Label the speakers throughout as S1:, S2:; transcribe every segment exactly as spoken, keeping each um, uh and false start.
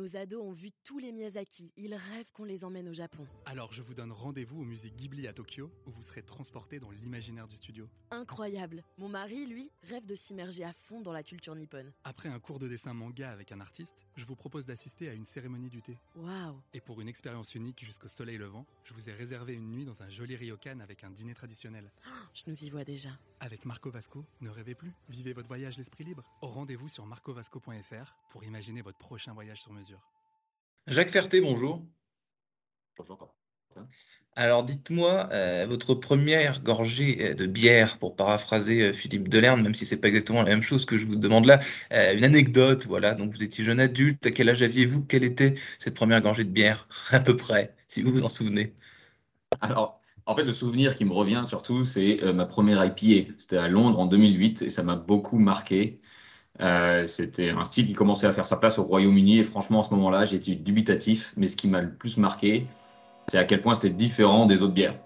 S1: Nos ados ont vu tous les Miyazaki. Ils rêvent qu'on les emmène au Japon.
S2: Alors je vous donne rendez-vous au musée Ghibli à Tokyo, où vous serez transportés dans l'imaginaire du studio.
S1: Incroyable. Mon mari, lui, rêve de s'immerger à fond dans la culture nippone.
S2: Après un cours de dessin manga avec un artiste, je vous propose d'assister à une cérémonie du thé.
S1: Waouh.
S2: Et pour une expérience unique jusqu'au soleil levant, je vous ai réservé une nuit dans un joli ryokan avec un dîner traditionnel.
S1: Oh, je nous y vois déjà.
S2: Avec Marco Vasco, ne rêvez plus, vivez votre voyage l'esprit libre. Au rendez-vous sur marco vasco point f r pour imaginer votre prochain voyage sur mesure.
S3: Jacques Ferté, bonjour.
S4: Bonjour, Quentin.
S3: Alors dites-moi, euh, votre première gorgée de bière, pour paraphraser euh, Philippe Delerme, même si c'est pas exactement la même chose que je vous demande là, euh, une anecdote, voilà, donc vous étiez jeune adulte, à quel âge aviez-vous? Quelle était cette première gorgée de bière, à peu près, si vous vous en souvenez?
S4: Alors, en fait, le souvenir qui me revient surtout, c'est euh, ma première I P A. C'était à Londres en deux mille huit et ça m'a beaucoup marqué. Euh, c'était un style qui commençait à faire sa place au Royaume-Uni et franchement, à ce moment-là, j'étais dubitatif. Mais ce qui m'a le plus marqué, c'est à quel point c'était différent des autres bières.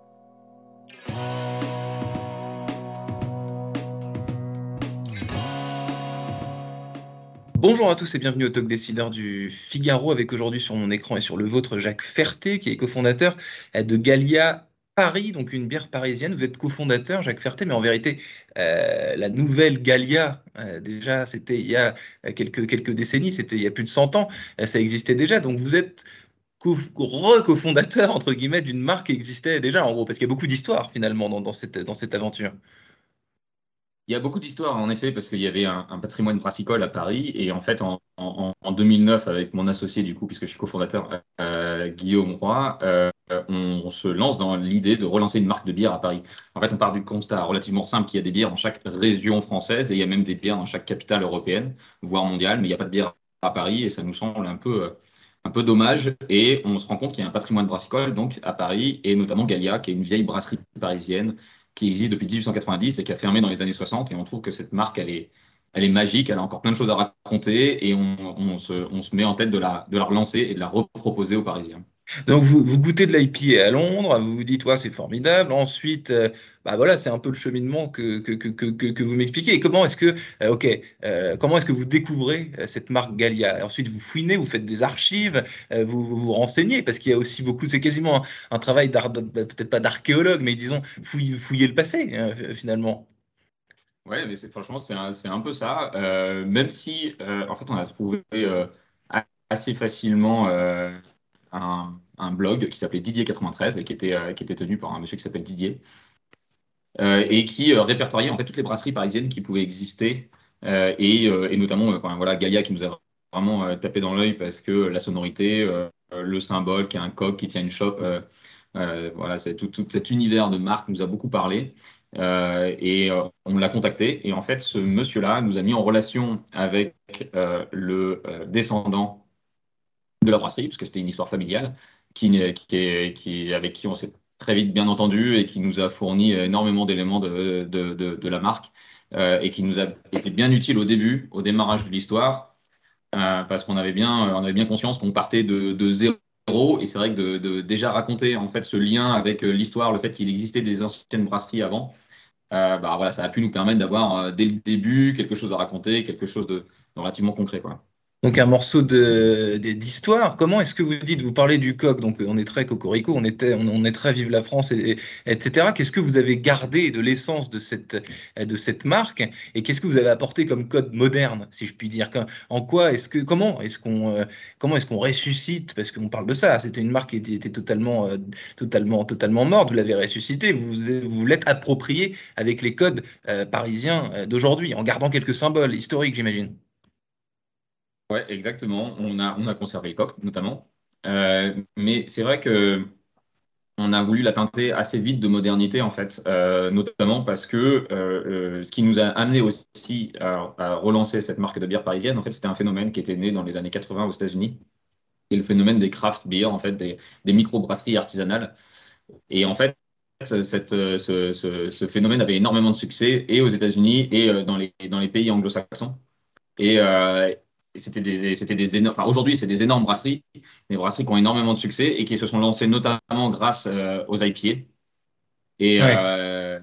S3: Bonjour à tous et bienvenue au Talk Décideur du Figaro, avec aujourd'hui sur mon écran et sur le vôtre Jacques Ferté, qui est cofondateur de Gallia Paris, donc une bière parisienne. Vous êtes cofondateur, Jacques Ferté, mais en vérité, euh, la nouvelle Gallia, euh, déjà, c'était il y a quelques, quelques décennies, c'était il y a plus de cent ans, euh, ça existait déjà. Donc vous êtes co- re-cofondateur, entre guillemets, d'une marque qui existait déjà, en gros, parce qu'il y a beaucoup d'histoires finalement dans, dans cette, dans cette aventure.
S4: Il y a beaucoup d'histoires, en effet, parce qu'il y avait un, un patrimoine brassicole à Paris. Et en fait, en, en- en deux mille neuf, avec mon associé, du coup, puisque je suis cofondateur, euh, Guillaume Roy, euh, on, on se lance dans l'idée de relancer une marque de bière à Paris. En fait, on part du constat relativement simple qu'il y a des bières dans chaque région française et il y a même des bières dans chaque capitale européenne, voire mondiale, mais il n'y a pas de bière à Paris et ça nous semble un peu, euh, un peu dommage. Et on se rend compte qu'il y a un patrimoine brassicole donc à Paris et notamment Gallia, qui est une vieille brasserie parisienne qui existe depuis mille huit cent quatre-vingt-dix et qui a fermé dans les années soixante. Et on trouve que cette marque, elle est, elle est magique, elle a encore plein de choses à raconter et on, on se, on se met en tête de la, de la relancer et de la reproposer aux Parisiens.
S3: Donc vous, vous goûtez de l'I P A à Londres, vous vous dites ouais, c'est formidable. Ensuite, euh, bah voilà, c'est un peu le cheminement que, que, que, que, que- que vous m'expliquez. Et comment est-ce que, euh, ok, euh, comment est-ce que vous découvrez euh, cette marque Gallia? Et ensuite, vous fouinez, vous faites des archives, euh, vous, vous vous renseignez, parce qu'il y a aussi beaucoup, c'est quasiment un, un travail d'ar- bah, peut-être pas d'archéologue, mais disons fouiller, fouiller le passé euh, finalement.
S4: Ouais, mais c'est, franchement, c'est un, c'est un peu ça. Euh, même si, euh, en fait, on a trouvé euh, a- assez facilement euh, un, un blog qui s'appelait Didier quatre-vingt-treize et qui était, euh, qui était tenu par un monsieur qui s'appelle Didier euh, et qui euh, répertoriait en fait toutes les brasseries parisiennes qui pouvaient exister euh, et, euh, et notamment euh, enfin, voilà, Gallia qui nous a vraiment euh, tapé dans l'œil parce que la sonorité, euh, le symbole qui est un coq qui tient une chope, euh, euh, voilà, c'est tout, tout cet univers de marque nous a beaucoup parlé. Euh, et euh, on l'a contacté et en fait ce monsieur-là nous a mis en relation avec euh, le euh, descendant de la brasserie parce que c'était une histoire familiale qui, qui est, qui, avec qui on s'est très vite bien entendu et qui nous a fourni énormément d'éléments de, de, de, de la marque euh, et qui nous a été bien utile au début, au démarrage de l'histoire, euh, parce qu'on avait bien, on avait bien conscience qu'on partait de, de zéro. Et c'est vrai que de, de déjà raconter en fait ce lien avec l'histoire, le fait qu'il existait des anciennes brasseries avant, euh, bah voilà, ça a pu nous permettre d'avoir euh, dès le début quelque chose à raconter, quelque chose de, de relativement concret, quoi.
S3: Donc un morceau de, de- d'histoire. Comment est-ce que vous dites, vous parlez du coq, donc euh, on est très cocorico, on était, on, on est très vive la France, et, et- etc. Qu'est-ce que vous avez gardé de l'essence de cette, euh, de cette marque et qu'est-ce que vous avez apporté comme code moderne, si je puis dire? Qu'en- En quoi est-ce que, comment est-ce qu'on, euh, comment est-ce qu'on ressuscite? Parce qu'on parle de ça. C'était une marque qui était, était totalement, euh, totalement, totalement morte. Vous l'avez ressuscitée. Vous vous vous l'êtes approprié avec les codes euh, parisiens euh, d'aujourd'hui, en gardant quelques symboles historiques, j'imagine.
S4: Ouais, exactement. On a, on a conservé le coq, notamment. Euh, mais c'est vrai que on a voulu la teinter assez vite de modernité, en fait, euh, notamment parce que euh, euh, ce qui nous a amené aussi à, à relancer cette marque de bière parisienne, en fait, c'était un phénomène qui était né dans les années quatre-vingts aux États-Unis, et le phénomène des craft beer, en fait, des, des micro-brasseries artisanales. Et en fait, cette, euh, ce, ce- ce phénomène avait énormément de succès, et aux États-Unis, et euh, dans les, dans les pays anglo-saxons. Et, euh, et c'était des, c'était des énormes. Enfin, aujourd'hui, c'est des énormes brasseries, des brasseries qui ont énormément de succès et qui se sont lancées notamment grâce euh, aux I P A. Et,
S3: Ouais.
S4: euh,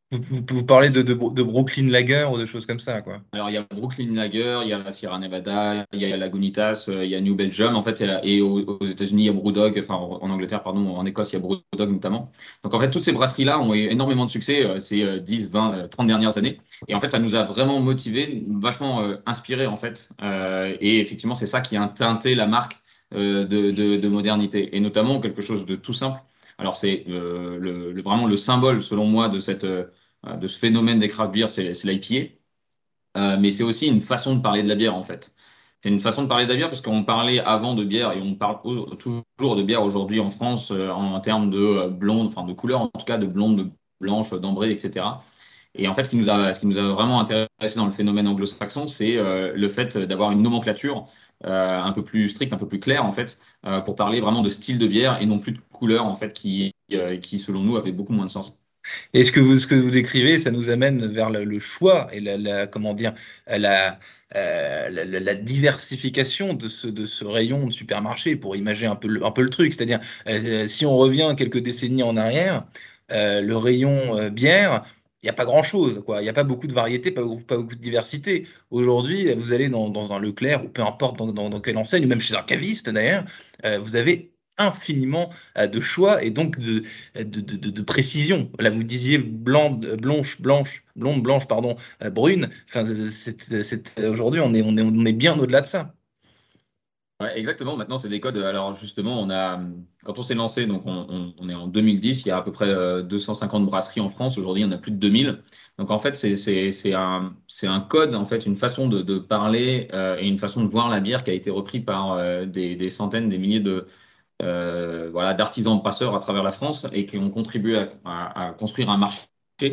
S3: Vous, vous, vous parlez de, de, de Brooklyn Lager ou de choses comme ça, quoi.
S4: Alors, il y a Brooklyn Lager, il y a la Sierra Nevada, il y a Lagunitas, euh, il y a New Belgium, en fait, il y a- et aux, aux États-Unis, il y a Brewdog, enfin, en Angleterre, pardon, en Écosse, il y a Brewdog notamment. Donc, en fait, toutes ces brasseries-là ont eu énormément de succès euh, ces euh, dix, vingt, euh, trente dernières années. Et en fait, ça nous a vraiment motivés, vachement euh, inspirés, en fait. Euh, et effectivement, c'est ça qui a teinté la marque euh, de, de, de modernité. Et notamment, quelque chose de tout simple. Alors, c'est euh, le, le- vraiment le symbole, selon moi, de, cette, euh, de ce phénomène des craft beers, c'est c'est l'I P A. Euh, mais c'est aussi une façon de parler de la bière, en fait. C'est une façon de parler de la bière parce qu'on parlait avant de bière et on parle au- toujours de bière aujourd'hui en France euh, en, en termes de euh, blonde, enfin de couleur en tout cas, de blonde, de blanche, d'ambrée, et cetera. Et en fait, ce qui nous a, ce qui nous a vraiment intéressé dans le phénomène anglo-saxon, c'est euh, le fait d'avoir une nomenclature euh, un peu plus stricte, un peu plus claire, en fait, euh, pour parler vraiment de style de bière et non plus de couleur, en fait, qui, euh, qui selon nous, avait beaucoup moins de sens.
S3: Et ce que vous, ce que vous décrivez, ça nous amène vers le, le choix et la, la- comment dire, la, euh, la, la- la diversification de ce, de ce rayon de supermarché pour imaginer un peu le, un peu le truc. C'est-à-dire, euh, si on revient quelques décennies en arrière, euh, le rayon euh, bière, il n'y a pas grand-chose, quoi. Il n'y a pas beaucoup de variété, pas beaucoup, pas beaucoup de diversité. Aujourd'hui, vous allez dans, dans un Leclerc, ou peu importe dans, dans, dans quelle enseigne, ou même chez un caviste d'ailleurs, euh, vous avez infiniment euh, de choix et donc de, de, de, de- de précision. Là, vous disiez blanc, blanche, blanche, blonde, blanche, pardon, euh, brune. Enfin, c'est, c'est- aujourd'hui, on est, on est, on est bien au-delà de ça.
S4: Ouais, exactement. Maintenant, c'est des codes. Alors, justement, on a, quand on s'est lancé, donc on, on- on est en deux mille dix, il y a à peu près euh, deux cent cinquante brasseries en France. Aujourd'hui, il y en a plus de deux mille. Donc, en fait, c'est c'est- c'est un, c'est un code, en fait, une façon de, de parler euh, et une façon de voir la bière qui a été repris par euh, des, des centaines, des milliers de, euh, voilà, d'artisans brasseurs à travers la France et qui ont contribué à, à- à construire un marché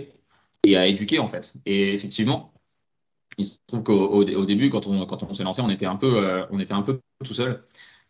S4: et à éduquer, en fait. Et effectivement, il se trouve qu'au au, au début, quand on, quand on s'est lancé, on était un peu, euh, on était un peu tout seul.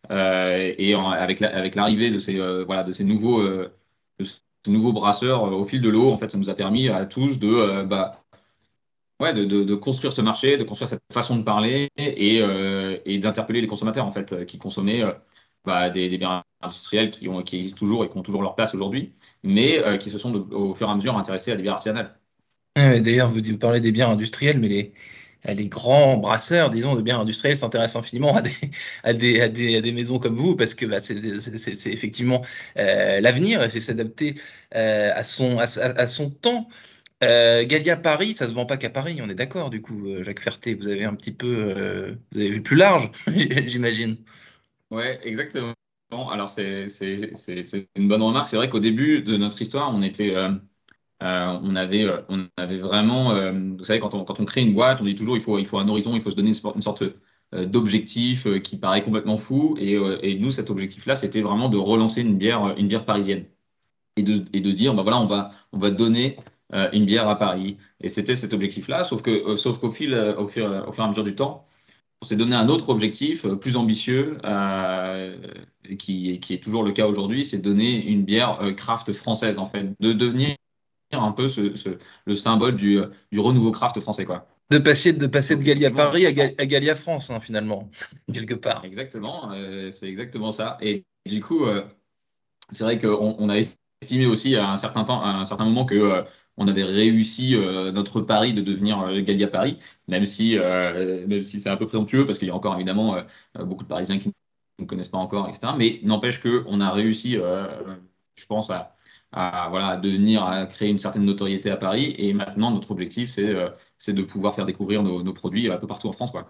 S4: Euh, et en- avec la- avec l'arrivée de ces, euh, voilà, de ces nouveaux, euh, de ces nouveaux brasseurs euh, au fil de l'eau, en fait, ça nous a permis à tous de, euh, bah, ouais, de, de- de construire ce marché, de construire cette façon de parler et, euh, et d'interpeller les consommateurs, en fait, euh, qui consommaient euh, bah, des, des biens industriels qui, ont, qui existent toujours et qui ont toujours leur place aujourd'hui, mais euh, qui se sont de- au fur et à mesure intéressés à des bières artisanales.
S3: Ouais, d'ailleurs, vous, vous parlez des bières industrielles, mais les, les grands brasseurs, disons, de bières industrielles s'intéressent infiniment à des, à des, à des, à des maisons comme vous, parce que bah, c'est c'est- c'est- c'est effectivement euh, l'avenir, et c'est s'adapter euh, à son, à, à son temps. Euh, Gallia Paris, ça se vend pas qu'à Paris, on est d'accord, du coup, euh, Jacques Ferté, vous avez un petit peu, euh, vous avez vu plus large, j'imagine.
S4: Ouais, exactement. Alors, c'est c'est- c'est- c'est une bonne remarque. C'est vrai qu'au début de notre histoire, on était, euh, Euh, on avait, euh, on avait vraiment, euh, vous savez, quand on, quand on crée une boîte, on dit toujours il faut, il faut un horizon, il faut se donner une, sor- une sorte euh, d'objectif euh, qui paraît complètement fou. Et, euh, et nous, cet objectif-là, c'était vraiment de relancer une bière, une bière parisienne et de, et de dire, bah voilà, on va, on va donner euh, une bière à Paris. Et c'était cet objectif-là, sauf que, euh, sauf qu'au fil, euh, au fur, au fur et à mesure du temps, on s'est donné un autre objectif euh, plus ambitieux, euh, qui, qui est toujours le cas aujourd'hui, c'est de donner une bière euh, craft française, en fait, de devenir un peu ce, ce- le symbole du, du renouveau craft français, quoi.
S3: De passer de, passer de
S4: Donc
S3: Gallia
S4: effectivement,
S3: Paris à, Ga- à Gallia France, hein, finalement, quelque part.
S4: exactement, euh, c'est exactement ça. Et du coup, euh, c'est vrai qu'on on a estimé aussi à un certain temps, à un certain moment que euh, on avait réussi euh, notre pari de devenir euh, Gallia Paris, même si, euh, même si c'est un peu présomptueux parce qu'il y a encore évidemment euh, beaucoup de Parisiens qui ne connaissent pas encore, et cetera. Mais n'empêche qu'on a réussi, euh, je pense, à, à, voilà, à devenir, à créer une certaine notoriété à Paris. Et maintenant, notre objectif, c'est euh, c'est de pouvoir faire découvrir nos, nos produits un peu partout en France, quoi.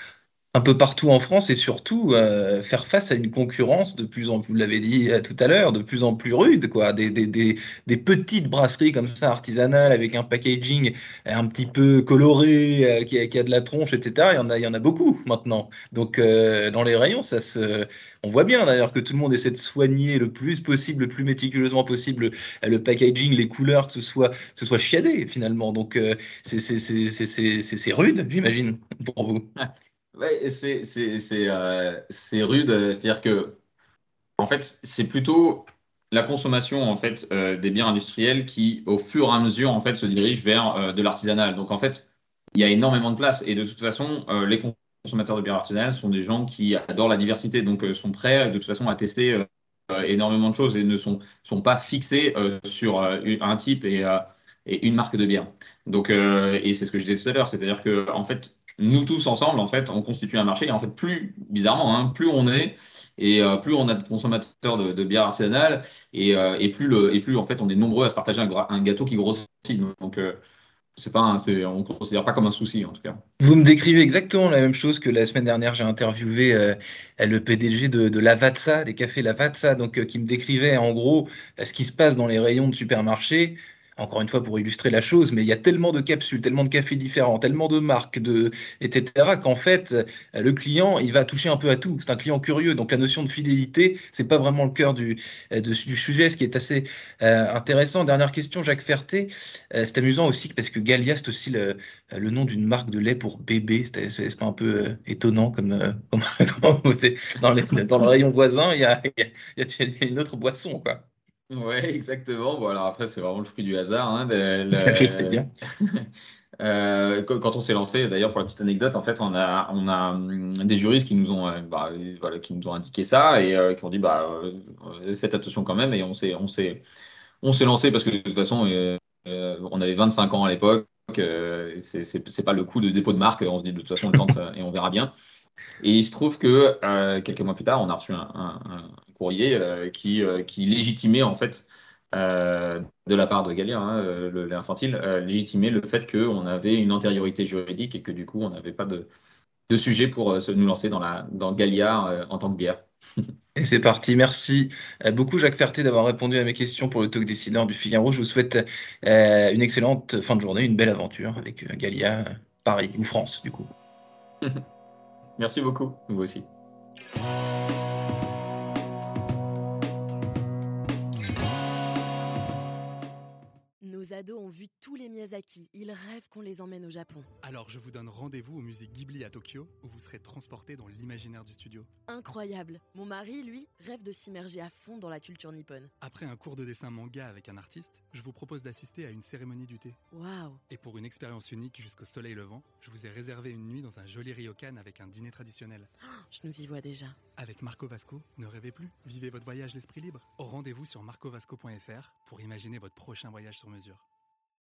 S3: Un peu partout en France et surtout euh, faire face à une concurrence de plus en plus, vous l'avez dit euh, tout à l'heure, de plus en plus rude, quoi. Des, des, des, des petites brasseries comme ça, artisanales, avec un packaging un petit peu coloré, euh, qui a, qui a de la tronche, et cetera. Il y en a, il y en a beaucoup maintenant. Donc euh, dans les rayons, ça se... on voit bien d'ailleurs que tout le monde essaie de soigner le plus possible, le plus méticuleusement possible, euh, le packaging, les couleurs, que ce soit, que ce soit chiadé finalement. Donc euh, c'est c'est- c'est- c'est- c'est- c'est- c'est rude, j'imagine, pour vous.
S4: Ouais, et c'est c'est- c'est, euh, c'est rude, euh, c'est-à-dire que en fait, c'est plutôt la consommation en fait euh, des biens industriels qui, au fur et à mesure, en fait, se dirige vers euh, de l'artisanal. Donc en fait, il y a énormément de place et de toute façon, euh, les consommateurs de bières artisanales sont des gens qui adorent la diversité, donc euh, sont prêts de toute façon à tester euh, euh, énormément de choses et ne sont sont pas fixés euh, sur euh, un type et euh, et une marque de bière. Donc, euh, et c'est ce que je disais tout à l'heure, c'est-à-dire que en fait, nous tous ensemble, en fait, on constitue un marché. Et en fait, plus bizarrement, hein, plus on est et euh, plus on a de consommateurs de, de bière artisanale et, euh, et plus le et plus en fait on est nombreux à se partager un, gra- un gâteau qui grossit. Donc, euh, c'est pas, un- c'est, on ne considère pas comme un souci en tout cas.
S3: Vous me décrivez exactement la même chose que la semaine dernière. J'ai interviewé euh, le P D G de, de Lavazza, des cafés Lavazza, donc euh, qui me décrivait en gros euh, ce qui se passe dans les rayons de supermarché. Encore une fois, pour illustrer la chose, mais il y a tellement de capsules, tellement de cafés différents, tellement de marques, de, et cetera, qu'en fait, euh, le client, il va toucher un peu à tout. C'est un client curieux, donc la notion de fidélité, c'est pas vraiment le cœur du, euh, de- du sujet, ce qui est assez euh, intéressant. Dernière question, Jacques Ferté. Euh, c'est amusant aussi parce que Gallia, c'est aussi le, euh, le nom d'une marque de lait pour bébé. C'est c'est- c'est pas un peu euh, étonnant comme, euh, comme, comme- c'est- dans, les- dans le rayon voisin, il y a, il y a- il y a une autre boisson, quoi.
S4: Ouais, exactement. Bon, alors après, c'est vraiment le fruit du hasard, hein, de-
S3: Je sais
S4: le-
S3: bien.
S4: Euh, quand quand on s'est lancé, d'ailleurs, pour la petite anecdote, en fait, on a, on a hum, des juristes qui nous ont, euh, bah, euh, voilà, qui nous ont indiqué ça et euh, qui ont dit, bah, euh, euh, faites attention quand même. Et on s'est, on s'est, on s'est lancé parce que de toute façon, euh, euh, on avait vingt-cinq ans à l'époque. Euh, c'est c'est- c'est pas le coup de dépôt de marque. On se dit, de toute façon, le tente et on verra bien. Et il se trouve que euh, quelques mois plus tard, on a reçu un, un- un courrier euh, qui, euh, qui légitimait en fait euh, de la part de Gallia, hein, euh, le lait infantile, euh, légitimait le fait qu'on avait une antériorité juridique et que du coup, on n'avait pas de, de sujet pour euh, se nous lancer dans la dans Gallia euh, en tant que bière.
S3: Et c'est parti. Merci euh, beaucoup, Jacques Ferté, d'avoir répondu à mes questions pour le talk décideur du Figaro. Je vous souhaite euh, une excellente fin de journée, une belle aventure avec euh, Gallia, euh, Paris ou France, du coup.
S4: Merci beaucoup, vous aussi.
S1: Nos ados ont vu tous les Miyazaki. Ils rêvent qu'on les emmène au Japon.
S2: Alors je vous donne rendez-vous au musée Ghibli à Tokyo, où vous serez transporté dans l'imaginaire du studio.
S1: Incroyable. Mon mari, lui, rêve de s'immerger à fond dans la culture nippone.
S2: Après un cours de dessin manga avec un artiste, je vous propose d'assister à une cérémonie du thé.
S1: Waouh.
S2: Et pour une expérience unique jusqu'au soleil levant, je vous ai réservé une nuit dans un joli ryokan avec un dîner traditionnel.
S1: Je nous y vois déjà.
S2: Avec Marco Vasco, ne rêvez plus, vivez votre voyage l'esprit libre. Au rendez-vous sur marco vasco point f r pour imaginer votre prochain voyage sur mesure.